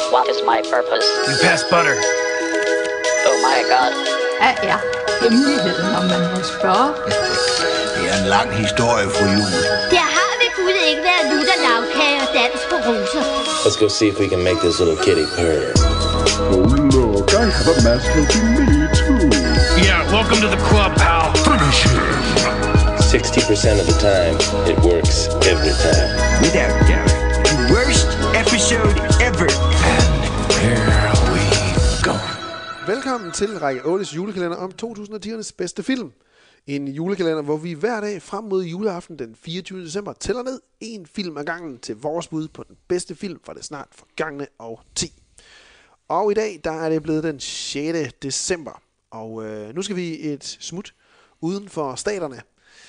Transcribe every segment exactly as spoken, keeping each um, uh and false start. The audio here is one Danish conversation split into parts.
What is my purpose? You pass butter. Oh my god. Hvad er hemmeligheden, om man må spørge? Det er en lang historie, fru Jul. Der har ved Gud ikke været lutter lavkage og dans på roser. Let's go see if we can make this little kitty purr. Oh look, I have a mask helping me too. Yeah, welcome to the club, pal. Finish him. sixty percent of the time, it works every time. Without doubt, the worst episode ever. And here we go. Velkommen til Række otte's julekalender om to tusind og ti'ernes bedste film. En julekalender, hvor vi hver dag frem mod juleaften den fireogtyvende december tæller ned en film ad gangen til vores bud på den bedste film fra det snart forgangne årti. Og i dag, der er det blevet den sjette december. Og øh, nu skal vi et smut uden for staterne.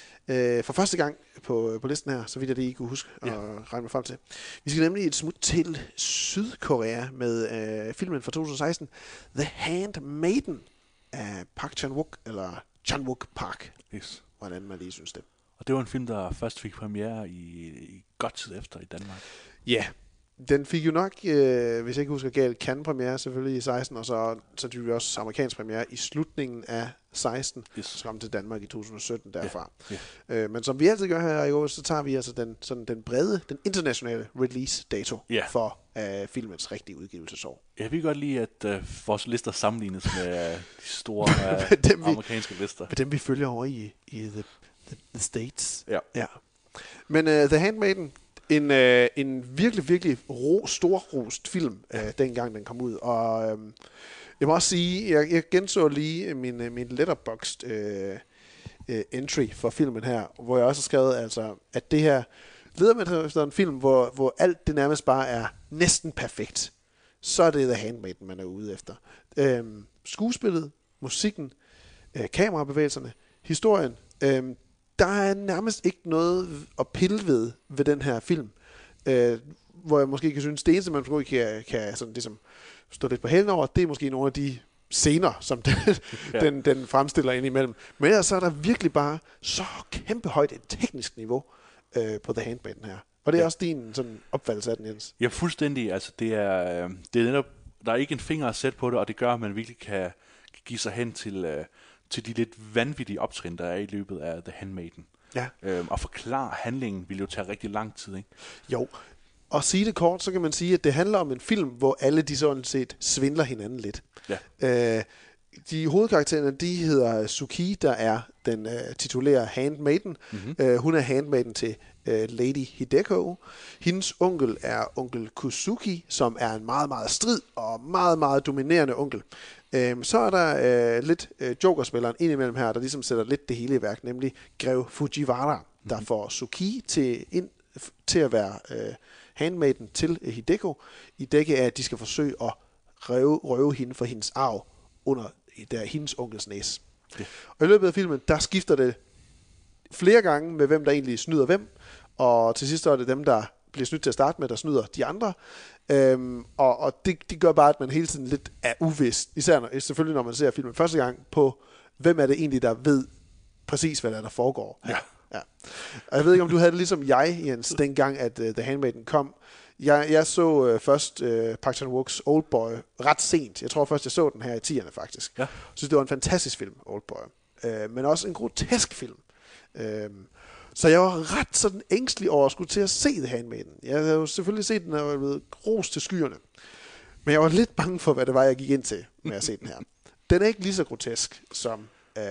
Øh, for første gang på, på listen her, så vidt jeg det I kunne huske at ja. regne mig frem til. Vi skal nemlig et smut til Sydkorea med øh, filmen fra to tusind og seksten, The Handmaiden af Park Chan-wook, eller Chan-wook Park, yes. hvordan man lige synes det. Og det var en film, der først fik premiere i, i godt tid efter i Danmark. Ja, yeah. Den fik jo nok, øh, hvis jeg ikke husker galt, Cannes-premiere selvfølgelig i seksten, og så så også amerikansk premiere i slutningen af seksten, yes. og så kom til Danmark i to tusind og sytten derfra. Yeah. Yeah. Øh, men som vi altid gør her i år, så tager vi altså den, sådan den brede, den internationale release-dato yeah. for øh, filmens rigtige udgivelsesår. Jeg vil godt lide, at øh, vores lister sammenlignes med øh, de store øh, dem, vi, amerikanske lister. Med dem vi følger over i, i the, the, the States. Ja. ja. Men uh, The Handmaiden, En, øh, en virkelig, virkelig ro, storrost film, øh, dengang den kom ud. Og øh, jeg må også sige, jeg, jeg genså lige min, min Letterboxd øh, øh, entry for filmen her, hvor jeg også har skrevet, altså, at det her leder med efter en film, hvor, hvor alt det nærmest bare er næsten perfekt. Så er det The Handmaiden, man er ude efter. Øh, skuespillet, musikken, øh, kamerabevægelserne, historien, øh, der er nærmest ikke noget at pille ved ved den her film. Øh, hvor jeg måske kan synes, det eneste, man måske kan, kan sådan, ligesom, stå lidt på hælen over, det er måske nogle af de scener, som den, ja. den, den fremstiller ind imellem. Men ellers så er der virkelig bare så kæmpe højt et teknisk niveau øh, på The Handmaiden her. Og det er ja. også din sådan, opfattelse af den, Jens. Ja, fuldstændig. Altså, det er, øh, det er netop, der er ikke en finger at sætte på det, og det gør, at man virkelig kan, kan give sig hen til... Øh, til de lidt vanvittige optrin, der er i løbet af The Handmaiden. Ja. Øhm, og forklare handlingen vil jo tage rigtig lang tid, ikke? Jo. Og sige det kort, så kan man sige, at det handler om en film, hvor alle de sådan set svindler hinanden lidt. Ja. Øh, de hovedkaraktererne, de hedder Suki, der er den øh, titulære handmaiden. Mm-hmm. Øh, hun er handmaiden til øh, Lady Hideko. Hendes onkel er onkel Kusuki, som er en meget, meget strid og meget, meget dominerende onkel. Øhm, så er der øh, lidt øh, jokerspilleren indimellem her, der ligesom sætter lidt det hele i værk, nemlig Grev Fujiwara, der mm-hmm. får Suki til, ind, f- til at være øh, handmaiden til øh, Hideko, i dække af, at de skal forsøge at røve, røve hende for hendes arv under der, hendes onkels næse. Okay. Og i løbet af filmen, der skifter det flere gange med, hvem der egentlig snyder hvem, og til sidst er det dem, der bliver snydt til at starte med, der snyder de andre. Øhm, og og det, det gør bare, at man hele tiden lidt er uvidst, især når, selvfølgelig når man ser filmen første gang, på hvem er det egentlig, der ved præcis, hvad der, der foregår. Ja. Ja. Og jeg ved ikke, om du havde det ligesom jeg, Jens, dengang, at uh, The Handmaiden kom. Jeg, jeg så uh, først uh, Park Chan-wooks Oldboy ret sent. Jeg tror først, jeg så den her i tierne faktisk. Ja. Jeg synes, det var en fantastisk film, Oldboy. Uh, men også en grotesk film. Uh, Så jeg var ret sådan ængstelig over at skulle til at se The Handmaiden. Jeg havde jo selvfølgelig set den, og var blevet ros til skyerne. Men jeg var lidt bange for, hvad det var, jeg gik ind til med at se den her. Den er ikke lige så grotesk som, øh,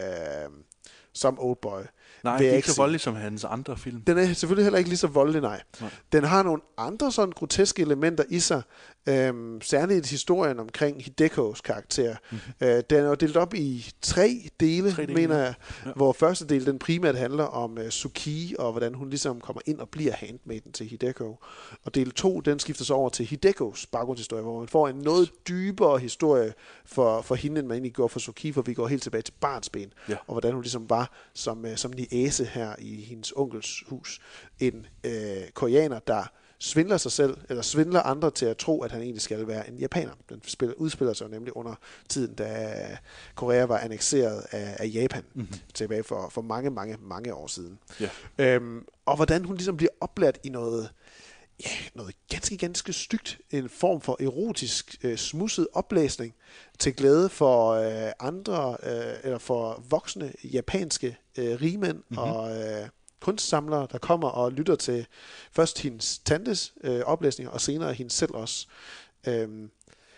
som Oldboy. Nej, det er ikke så voldelig som hans andre film. Den er selvfølgelig heller ikke lige så voldelig, nej. nej. Den har nogle andre sådan groteske elementer i sig. Øhm, særligt historien omkring Hidekos karakter. Mm-hmm. Øh, den er jo delt op i tre dele, tre dele mener jeg. Ja. Hvor første del, den primært handler om uh, Suki, og hvordan hun ligesom kommer ind og bliver handmaiden til Hideko. Og del to, den skifter så over til Hidekos baggrundshistorie, hvor man får en noget dybere historie for, for hende, end man egentlig går for Suki, for vi går helt tilbage til barnsben. Ja. Og hvordan hun ligesom var som, uh, som niæse her i hendes onkels hus. En øh, koreaner, der svindler sig selv, eller svindler andre til at tro, at han egentlig skal være en japaner. Den spiller, udspiller sig jo nemlig under tiden, da Korea var annekseret af, af Japan, mm-hmm. tilbage for, for mange, mange, mange år siden. Yeah. Øhm, og hvordan hun ligesom bliver oplært i noget, ja, noget ganske ganske, ganske stygt en form for erotisk øh, smudset oplæsning til glæde for øh, andre, øh, eller for voksne japanske øh, rigmænd mm-hmm. og øh, kunstsamlere, der kommer og lytter til først hendes tantes øh, oplæsninger, og senere hendes selv også. Øhm,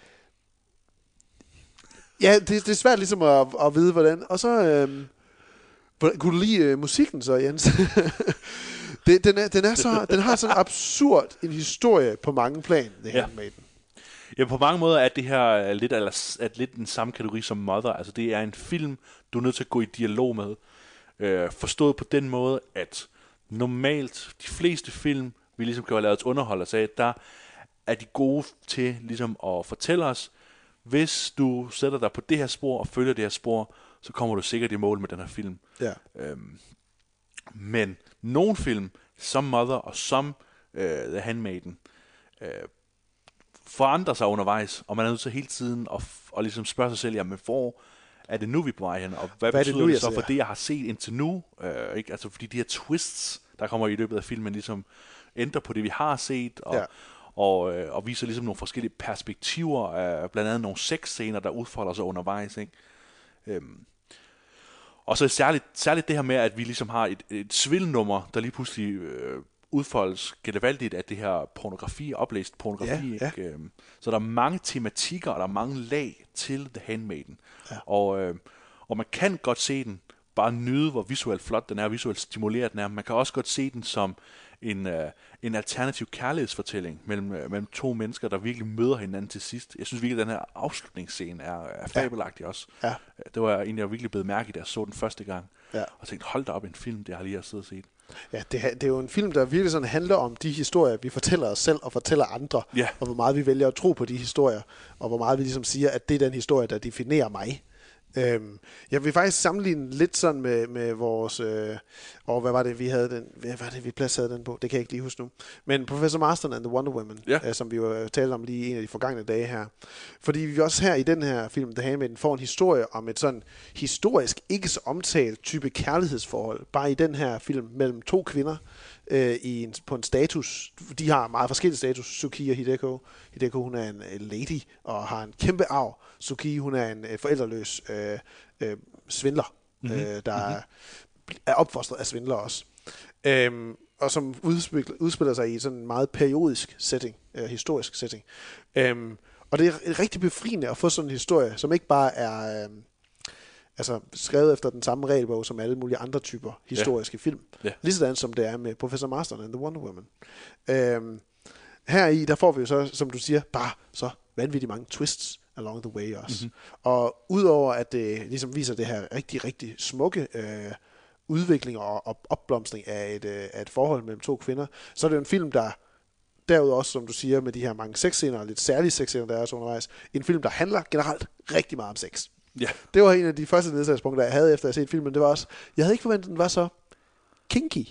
ja, det, det er svært ligesom at, at vide, hvordan. Og så, øh, hvordan, kunne du lide øh, musikken så, Jens? det, den, er, den, er så, den har sådan absurd en historie på mange plan, det her ja. med den. Ja, på mange måder er det her lidt, eller, er lidt den samme kategori som Mother. Altså, det er en film, du er nødt til at gå i dialog med. Øh, forstået på den måde, at normalt de fleste film, vi ligesom kan have lavet underholde os af, der er de gode til ligesom at fortælle os, hvis du sætter dig på det her spor og følger det her spor, så kommer du sikkert i mål med den her film. Ja. Øhm, men nogle film, som Mother og som øh, The Handmaiden, øh, forandrer sig undervejs, og man er nødt til hele tiden at, at ligesom spørge sig selv, jamen hvor er det nu, vi er på vej hen, og hvad, hvad betyder det, nu, det så for det, jeg har set indtil nu? Øh, ikke? Altså, fordi de her twists, der kommer i løbet af filmen, ligesom ændrer på det, vi har set, og, ja. og, øh, og viser ligesom nogle forskellige perspektiver, øh, blandt andet nogle sexscener, der udfolder sig undervejs. Ikke? Øhm. Og så særligt, særligt det her med, at vi ligesom har et, et svilnummer, der lige pludselig øh, udfoldes gevaldigt af det her pornografi, oplæst pornografi. Ja, ikke? Ja. Øhm. Så der er mange tematikker, og der er mange lag til The Handmaiden. Ja. Og, øh, og man kan godt se den, bare nyde, hvor visuelt flot den er, visuelt stimuleret den er. Man kan også godt se den som en, øh, en alternativ kærlighedsfortælling mellem, øh, mellem to mennesker, der virkelig møder hinanden til sidst. Jeg synes virkelig, at den her afslutningsscene er, er fabelagtig også. Ja. Det var egentlig, jeg virkelig blevet mærket, da jeg så den første gang. Ja. Og tænkte, hold da op, en film, det har jeg lige siddet og set. Ja, det, det er jo en film, der virkelig sådan handler om de historier, vi fortæller os selv og fortæller andre, ja. og hvor meget vi vælger at tro på de historier, og hvor meget vi ligesom siger, at det er den historie, der definerer mig. Øhm, jeg vil faktisk sammenligne lidt sådan med, med vores øh, og hvad var det vi havde den hvad var det vi placerede den på, det kan jeg ikke lige huske nu, men Professor Marston and the Wonder Woman, ja. øh, som vi jo talte om lige en af de forgangne dage her, fordi vi også her i den her film The Handmaiden får en historie om et sådan historisk ikke så omtalt type kærlighedsforhold, bare i den her film mellem to kvinder øh, i en, på en status, de har meget forskellige status, Suki og Hideko. Hideko, hun er en øh, lady og har en kæmpe arv. Suki, hun er en øh, forældreløs øh, øh, svindler, mm-hmm. øh, der mm-hmm. er opfostret af svindler også. Øhm, og som udspiller, udspiller sig i sådan en meget periodisk setting, øh, historisk setting. Øhm, og det er rigtig befriende at få sådan en historie, som ikke bare er øh, altså skrevet efter den samme regelbog som alle mulige andre typer historiske ja. film. Ja. Ligesådan som det er med Professor Marston and the Wonder Woman. Øhm, her i, der får vi jo så, som du siger, bare så vanvittigt mange twists along the way også. Mm-hmm. Og udover at det ligesom viser det her rigtig, rigtig smukke øh, udvikling og, og opblomstring af et, øh, af et forhold mellem to kvinder, så er det jo en film, der derudover også, som du siger, med de her mange sexscener, og lidt særlige sexscener, der er så undervejs, en film, der handler generelt rigtig meget om sex. Ja. Det var en af de første nedslagspunkter, jeg havde efter at have set filmen. Det var også, jeg havde ikke forventet, at den var så kinky,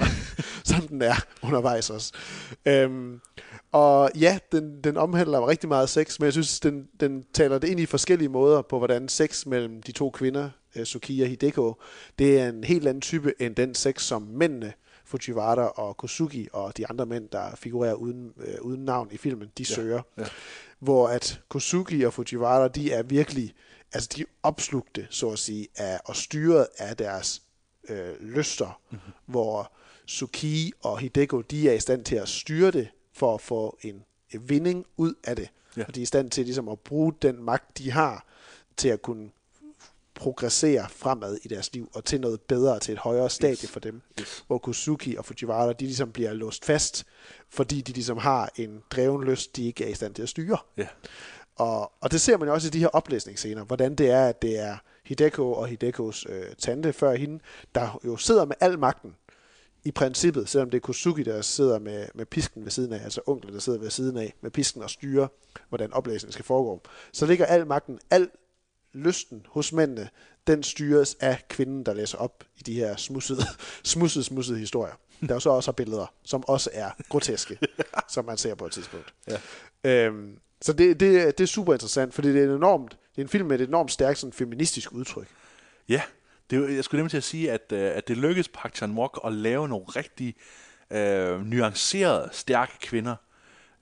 som den er undervejs også. Øhm, og ja, den, den omhandler rigtig meget sex, men jeg synes, den, den taler det ind i forskellige måder på, hvordan sex mellem de to kvinder, Suki og Hideko, det er en helt anden type end den sex, som mændene, Fujiwara og Kosugi og de andre mænd, der figurerer uden, øh, uden navn i filmen, de ja. søger. Ja. Hvor at Kosugi og Fujiwara, de er virkelig, altså de er opslugte, så at sige, af, og styret af deres øh, lyster, mm-hmm. hvor Suki og Hideko, de er i stand til at styre det, for at få en vinding ud af det. Ja. Og de er i stand til ligesom at bruge den magt, de har, til at kunne progressere fremad i deres liv, og til noget bedre, til et højere stadie yes. for dem. Yes. Hvor Kosugi og Fujiwara, de ligesom bliver låst fast, fordi de ligesom har en dreven lyst, de ikke er i stand til at styre. Yeah. Og, og det ser man jo også i de her oplæsningsscener, hvordan det er, at det er Hideko og Hidekos øh, tante før hende, der jo sidder med al magten, i princippet, selvom det er Kosugi, der sidder med, med pisken ved siden af, altså onklen, der sidder ved siden af, med pisken og styrer, hvordan oplæsningen skal foregå. Så ligger al magten, al lysten hos mændene, den styres af kvinden, der læser op i de her smudsede, smudsede, smudsede historier. Der er jo så også billeder, som også er groteske, som man ser på et tidspunkt. Ja. Øhm, så det, det, det er super interessant, fordi det er, enormt, det er en film med et enormt stærkt sådan, feministisk udtryk. Ja, det, jeg skulle nemlig til at sige, at, at det lykkedes Park Chan-wook at lave nogle rigtig øh, nuancerede, stærke kvinder.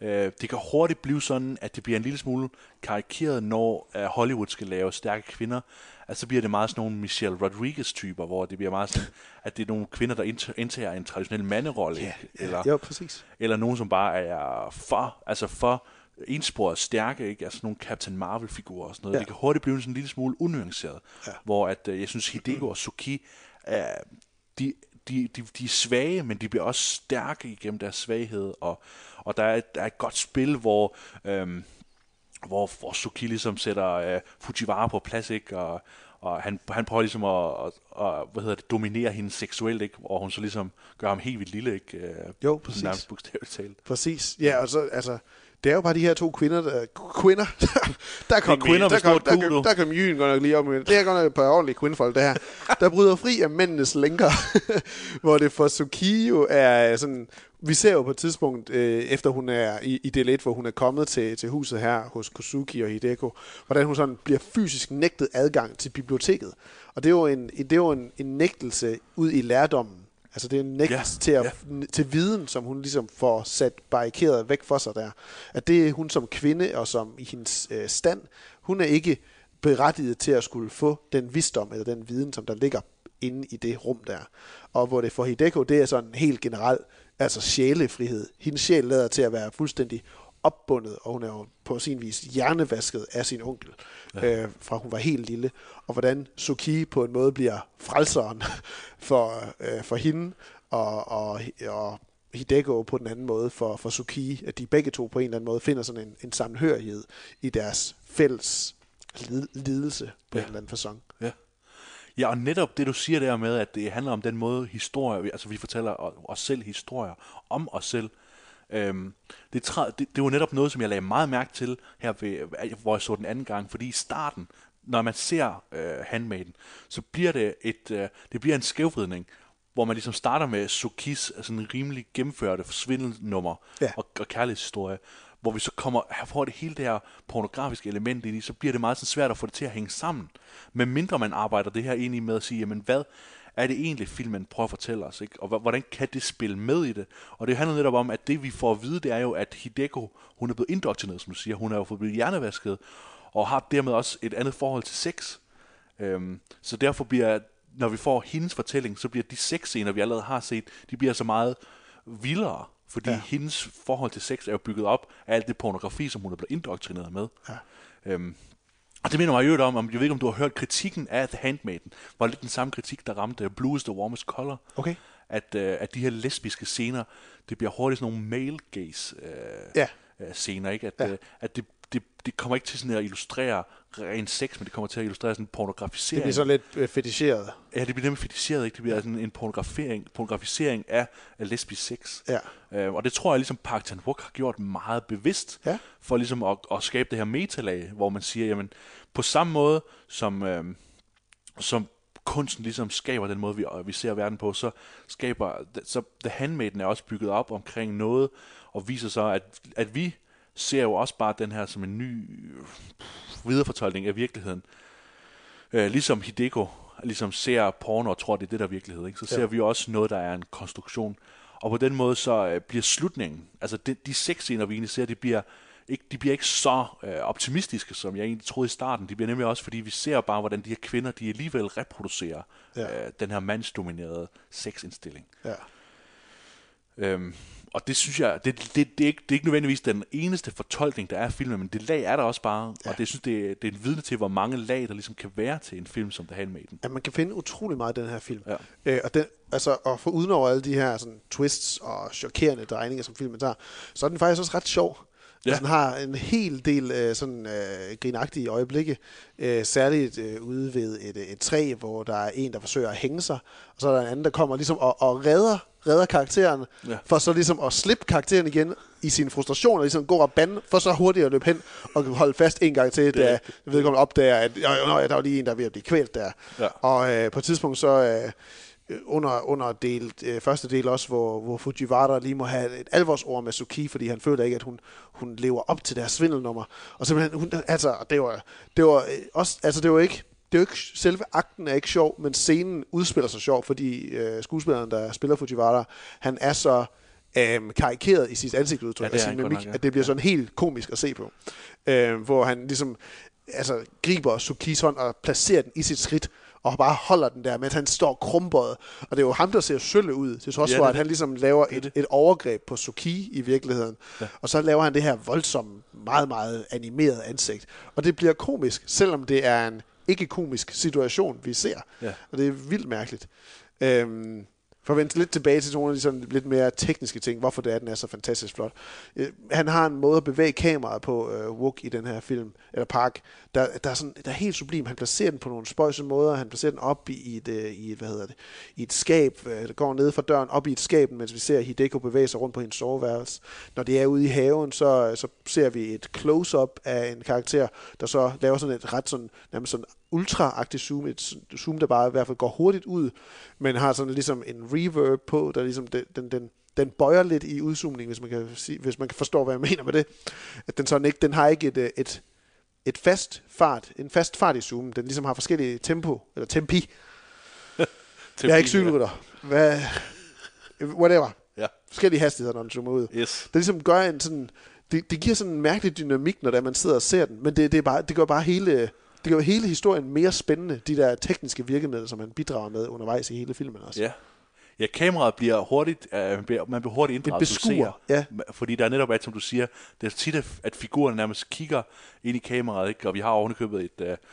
Øh, det kan hurtigt blive sådan, at det bliver en lille smule karikeret, når uh, Hollywood skal lave stærke kvinder. Altså så bliver det meget sådan nogle Michelle Rodriguez-typer, hvor det bliver meget sådan, at det er nogle kvinder, der indtager en traditionel manderolle. Ja, eller, ja, præcis. Eller nogen, som bare er for, altså for ensporet stærke, ikke? Altså nogle Captain Marvel-figurer og sådan noget. Ja. Det kan hurtigt blive sådan en lille smule unuanceret, ja. Hvor at, uh, jeg synes, Hideko og Suki, uh, de, de, de, de er svage, men de bliver også stærke igennem deres svaghed, og, og der, er et, der er et godt spil, hvor... Um, Hvor, hvor Suki ligesom sætter uh, Fujiwara på plads, ikke? Og, og han, han prøver ligesom at, at, at hvad hedder det, dominere hende seksuelt, ikke? Og hun så ligesom gør ham helt vildt lille, ikke? Uh, jo, præcis. Nærmest bogstaveligt talt. Præcis. Ja, og så, altså, det er jo bare de her to kvinder, der, kvinder, der kom, kvinder der, kom, der, kom, der kom Jyn godt nok lige op med. Det er godt nok et par ordentlige kvindefolk, det her. Der bryder fri af mændenes lænker, hvor det for Suki jo er sådan... Vi ser jo på et tidspunkt, øh, efter hun er i, i del et, hvor hun er kommet til, til huset her hos Kosuki og Hideko, hvordan hun sådan bliver fysisk nægtet adgang til biblioteket. Og det er jo en, det er jo en, en nægtelse ud i lærdommen. Altså det er en nægtelse ja, til, at, ja. til viden, som hun ligesom får sat barrikeret væk for sig der. At det er hun som kvinde og som i hendes øh, stand, hun er ikke berettiget til at skulle få den visdom eller den viden, som der ligger inde i det rum der. Og hvor det for Hideko, det er sådan helt generelt, altså sjælefrihed. Hendes sjæl lader til at være fuldstændig opbundet, og hun er jo på sin vis hjernevasket af sin onkel, ja. øh, fra hun var helt lille. Og hvordan Suki på en måde bliver frelseren for, øh, for hende, og, og, og Hideko på den anden måde for, for Suki, at de begge to på en eller anden måde finder sådan en, en sammenhørighed i deres fælles lidelse på ja. en eller anden facon. Ja. Ja, og netop det, du siger der med, at det handler om den måde historie, altså vi fortæller os selv historier om os selv. Øhm, det, træ, det, det var netop noget, som jeg lagde meget mærke til her, ved, hvor jeg så den anden gang, fordi i starten, når man ser øh, Handmaiden, så bliver det, et, øh, det bliver en skævvridning, hvor man ligesom starter med Sukis sådan en rimelig gennemførte svindelnummer ja. og, og kærlighedshistorie, hvor vi så kommer, her får det hele det her pornografiske element ind i, så bliver det meget sådan svært at få det til at hænge sammen. Men mindre man arbejder det her ind i med at sige, jamen hvad er det egentlig filmen prøver at fortælle os, ikke? Og hvordan kan det spille med i det? Og det handler netop om, at det vi får at vide, det er jo, at Hideko, hun er blevet indoktrineret, som du siger, hun er jo blevet hjernevasket, og har dermed også et andet forhold til sex. Øhm, så derfor bliver, når vi får hendes fortælling, så bliver de sexscener, vi allerede har set, de bliver så meget vildere. Fordi ja. hendes forhold til sex er jo bygget op af alt det pornografi, som hun er blevet indoktrineret med. Ja. Øhm, og det minder mig jo om, om, jeg ved ikke, om du har hørt kritikken af The Handmaiden, var lidt den samme kritik, der ramte Blue is the Warmest Color. Okay. At, øh, at de her lesbiske scener, det bliver hurtigt sådan nogle male gaze øh, ja. øh, scener, ikke? At, ja. øh, at det, det, det kommer ikke til sådan at illustrere ren sex, men det kommer til at illustrere sådan en pornografisering. Det bliver så lidt øh, feticheret. Ja, det bliver nemlig feticheret, ikke? Det bliver sådan en pornografering, pornografisering af, af lesbisk sex. Ja. Øh, og det tror jeg ligesom Park Chan-wook har gjort meget bevidst, ja. for ligesom at, at skabe det her metalag, hvor man siger, jamen på samme måde som, øh, som kunsten ligesom skaber den måde, vi, vi ser verden på, så skaber så The Handmaiden er også bygget op omkring noget, og viser så, at, at vi ser jo også bare den her som en ny viderefortolkning af virkeligheden. Øh, ligesom Hideko ligesom ser porno og tror, det er det der er virkelighed, ikke? Så ser ja. vi også noget, der er en konstruktion. Og på den måde så øh, bliver slutningen, altså de, de sexscener, vi egentlig ser, de bliver ikke, de bliver ikke så øh, optimistiske, som jeg egentlig troede i starten. De bliver nemlig også, fordi vi ser bare, hvordan de her kvinder, de alligevel reproducerer ja. øh, den her mandsdominerede sexindstilling. Ja. Øhm, og det synes jeg, det, det, det, er ikke, det er ikke nødvendigvis den eneste fortolkning, der er af filmen, men det lag er der også bare, ja. og det synes det, det er en vidne til, hvor mange lag, der ligesom kan være til en film som The Handmaiden. Ja, man kan finde utrolig meget af den her film. Ja. Øh, og den, altså, og for uden over alle de her sådan, twists og chokerende drejninger, som filmen tager, så er den faktisk også ret sjov. Ja. Altså, den har en hel del øh, sådan øh, grinagtige øjeblikke, øh, særligt øh, ude ved et, et træ, hvor der er en, der forsøger at hænge sig, og så er der en anden, der kommer ligesom og, og redder, redder karakteren, ja. for så ligesom at slippe karakteren igen i sin frustration, og ligesom gå og bande, for så hurtigt at løbe hen og holde fast en gang til, da vedkommende opdager, at øh, øh, der var lige en, der er ved at blive kvælt der. Ja. Og øh, på et tidspunkt så... Øh, under, under del, øh, første del også, hvor, hvor Fujiwara lige må have et alvorsord med Suki, fordi han føler ikke, at hun, hun lever op til deres svindelnummer. Og simpelthen, hun, altså, det var, det var også, altså, det var ikke, det er jo ikke, selve akten er ikke sjov, men scenen udspiller sig sjov, fordi øh, skuespilleren, der spiller Fujiwara, han er så øhm, karikeret i sit ansigtsudtryk, Ja, ja, og sin mimik, nok, ja. At det bliver sådan helt komisk at se på. Øhm, hvor han ligesom altså, griber Sukis hånd og placerer den i sit skridt, og bare holder den der, mens han står krumbøjet. Og det er jo ham, der ser sølle ud, til trods ja, for, at han ligesom laver et, et overgreb på Suki i virkeligheden. Ja. Og så laver han det her voldsomme, meget, meget animeret ansigt. Og det bliver komisk, selvom det er en ikke-komisk situation, vi ser. Ja. Og det er vildt mærkeligt. Øhm, For at vende lidt tilbage til nogle af de sådan lidt mere tekniske ting, hvorfor det er, den er så fantastisk flot. Øh, han har en måde at bevæge kameraet på, øh, Wook, i den her film, eller Park, der, der, er sådan, der er helt sublim. Han placerer den på nogle spøjse måder, han placerer den op i, i, et, i, et, hvad hedder det, i et skab, øh, der går ned fra døren, op i et skab, mens vi ser Hideko bevæge sig rundt på hendes soveværelse. Når de er ude i haven, så, så ser vi et close-up af en karakter, der så laver sådan et ret sådan, nærmest sådan ultra-agtigt zoom, et zoom, der bare i hvert fald går hurtigt ud, men har sådan ligesom en reverb på, der ligesom den, den, den, den bøjer lidt i udzoomning, hvis man kan sige, hvis man kan forstå, hvad jeg mener med det. At den sådan ikke, den har ikke et, et, et fast fart, en fast fart i zoom, den ligesom har forskellige tempo, eller tempi. tempi jeg er ikke cykelrytter. Hvad? Whatever. Ja. Forskellige hastigheder, når den zoomer ud. Yes. Det ligesom gør en sådan, det, det giver sådan en mærkelig dynamik, når man sidder og ser den, men det, det, er bare, det gør bare hele... Det gør hele historien mere spændende, de der tekniske virkemidler, som man bidrager med undervejs i hele filmen også. Ja, ja, kameraet bliver hurtigt, uh, man, bliver, man bliver hurtigt inddraget, det beskuer, ja. Fordi der er netop, at, som du siger, det er tit, at figurerne nærmest kigger ind i kameraet, ikke? Og vi har ovenikøbet et, uh,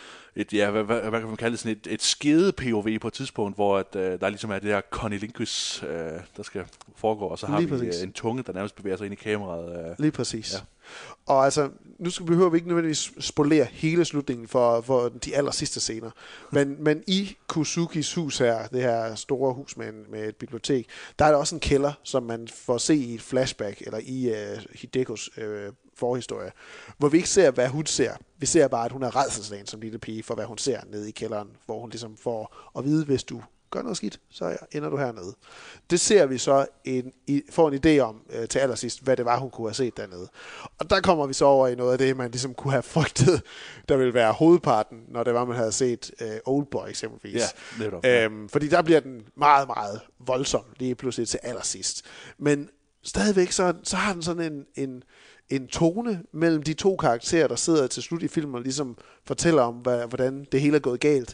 et ja, hvad, hvad, hvad kan man kalde det, sådan et, et skede P O V på et tidspunkt, hvor at, uh, der ligesom er det der conilingus, uh, der skal foregå, og så har Lige vi uh, en tunge, der nærmest bevæger sig ind i kameraet. Uh, Lige præcis. Ja. Og altså, nu skal, behøver vi ikke nødvendigvis spolere hele slutningen for, for de aller sidste scener. Men, men i Kusukis hus her, det her store hus med, en, med et bibliotek, der er der også en kælder, som man får se i et flashback, eller i uh, Hidekos uh, forhistorie, hvor vi ikke ser, hvad hun ser. Vi ser bare, at hun er rædselsslagen som lille pige for, hvad hun ser nede i kælderen, hvor hun ligesom får at vide, hvis du gør noget skidt, så ender du hernede. Det ser vi så en, i, får en idé om øh, til allersidst, hvad det var, hun kunne have set dernede. Og der kommer vi så over i noget af det, man ligesom kunne have frygtet, der ville være hovedparten, når det var, man havde set øh, Oldboy eksempelvis. Ja, netop, ja. Øhm, fordi der bliver den meget, meget voldsom, lige pludselig til allersidst. Men stadigvæk, så, så har den sådan en, en, en tone mellem de to karakterer, der sidder til slut i filmen og ligesom fortæller om, hvad, hvordan det hele er gået galt.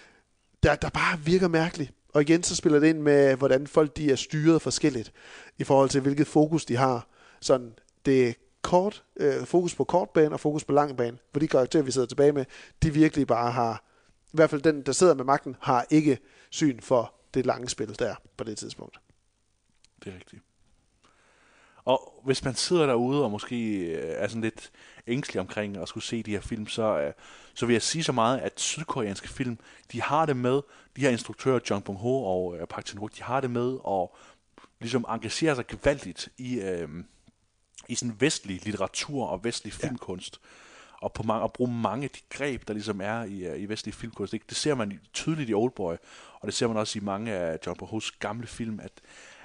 Der, der bare virker mærkeligt. Og igen, så spiller det ind med, hvordan folk de er styret forskelligt, i forhold til, hvilket fokus de har. Sådan, det er kort, øh, fokus på kort bane og fokus på lang bane. For de karakterer, vi sidder tilbage med, de virkelig bare har, i hvert fald den, der sidder med magten, har ikke syn for det lange spil der, på det tidspunkt. Det er rigtigt. Og hvis man sidder derude og måske er sådan lidt ængstelig omkring at skulle se de her film, så, så vil jeg sige så meget, at sydkoreanske film, de har det med, de her instruktører, Jung Bong-ho og uh, Park Chan-wook, de har det med at ligesom engagere sig gevaldigt i, øh, i sådan vestlig litteratur og vestlig ja. filmkunst. Og, på mange, og bruge mange af de greb, der ligesom er i, i vestlig filmkunst. Det, det ser man tydeligt i Oldboy, og det ser man også i mange af Jung Bong-hos gamle film, at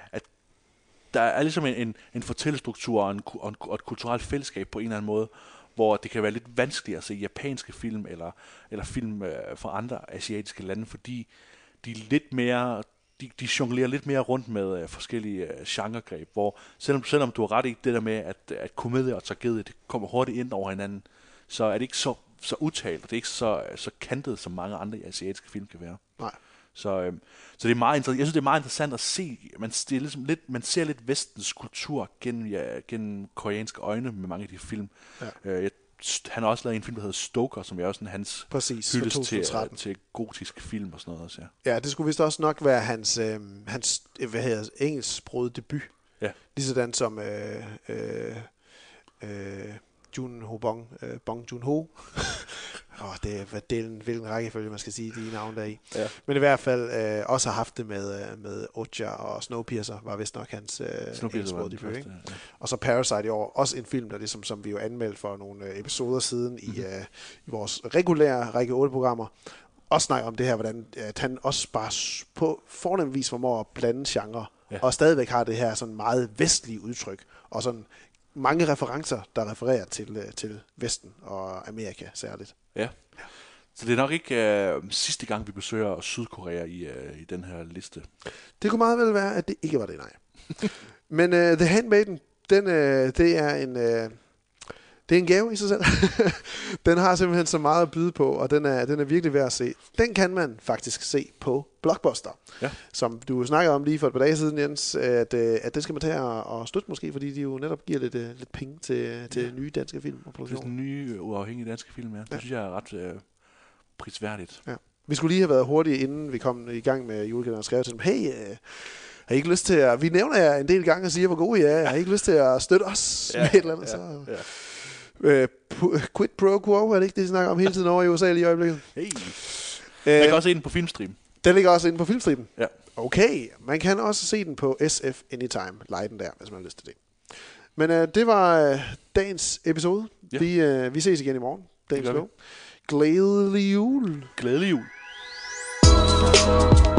der er ligesom en, en, en fortællestruktur og, en, og, en, og et kulturelt fællesskab på en eller anden måde, hvor det kan være lidt vanskeligt at se japanske film eller, eller film øh, fra andre asiatiske lande, fordi de er lidt mere, de, de jonglerer lidt mere rundt med øh, forskellige øh, genregreb, hvor selvom, selvom du har ret i det der med, at, at komedie og tragedie, det kommer hurtigt ind over hinanden, så er det ikke så, så udtalt, og det er ikke så, så kantet, som mange andre asiatiske film kan være. Nej. Så, øhm, så det er meget interessant. Jeg synes, det er meget interessant at se. Man, ligesom lidt, man ser lidt vestens kultur gennem, ja, gennem koreanske øjne med mange af de film. Ja. Øh, jeg, han har også lavet en film, der hedder Stoker, som er også sådan, hans Præcis, hyldest til, til gotisk film og sådan noget også. Ja, ja det skulle vist også nok være hans, øh, hans hvad hedder, engelsksproget debut. Ja. Ligesådan som øh, øh, øh, Jun Ho Bong, øh, Bong Joon Ho. Åh, oh, det er hvad delen, hvilken rækkefølge man skal sige de navne der i. Ja. Men i hvert fald øh, også har haft det med øh, med Okja og Snowpiercer var vist nok hans øh, engelsksproget debut. Ja. Og så Parasite i år, også en film der ligesom som vi jo anmeldt for nogle øh, episoder siden mm-hmm. i, øh, i vores regulære række otte programmer. Også snakke om det her, hvordan at han også bare på fornem vis formår at blande genre ja. Og stadigvæk har det her sådan meget vestlige udtryk og sådan mange referencer, der refererer til, til Vesten og Amerika særligt. Ja. Så det er nok ikke øh, sidste gang, vi besøger Sydkorea i, øh, i den her liste. Det kunne meget vel være, at det ikke var det, nej. Men uh, The Handmaiden, den, uh, det er en... Uh, Det er en gave i sig selv. Den har simpelthen så meget at byde på, og den er, den er virkelig værd at se. Den kan man faktisk se på Blockbuster. Ja. Som du snakkede om lige for et par dage siden, Jens, at, at det skal man tage og, og støtte måske, fordi de jo netop giver lidt, lidt penge til, til ja. nye danske film og produktioner. Det er nye uafhængige danske film, ja. Det ja. synes jeg er ret øh, prisværdigt. Ja. Vi skulle lige have været hurtige, inden vi kom i gang med julekalenderen og skrev til dem, hey, øh, har I ikke lyst til at... Vi nævner jer en del gange og siger, hvor gode I er. Har I ikke lyst til at støtte os ja. med et eller andet? Ja. Så... Ja. Uh, quid pro quo, er det ikke det, de snakker om hele tiden over i U S A lige i øjeblikket? Hey. Den ligger uh, også inde på Filmstriben. Den ligger også inde på Filmstriben? Ja. Okay, man kan også se den på S F Anytime. Lege den der, hvis man har lyst til det. Men uh, det var uh, dagens episode. Ja. Vi, uh, vi ses igen i morgen. Dagens lov. Glædelig jul. Glædelig jul.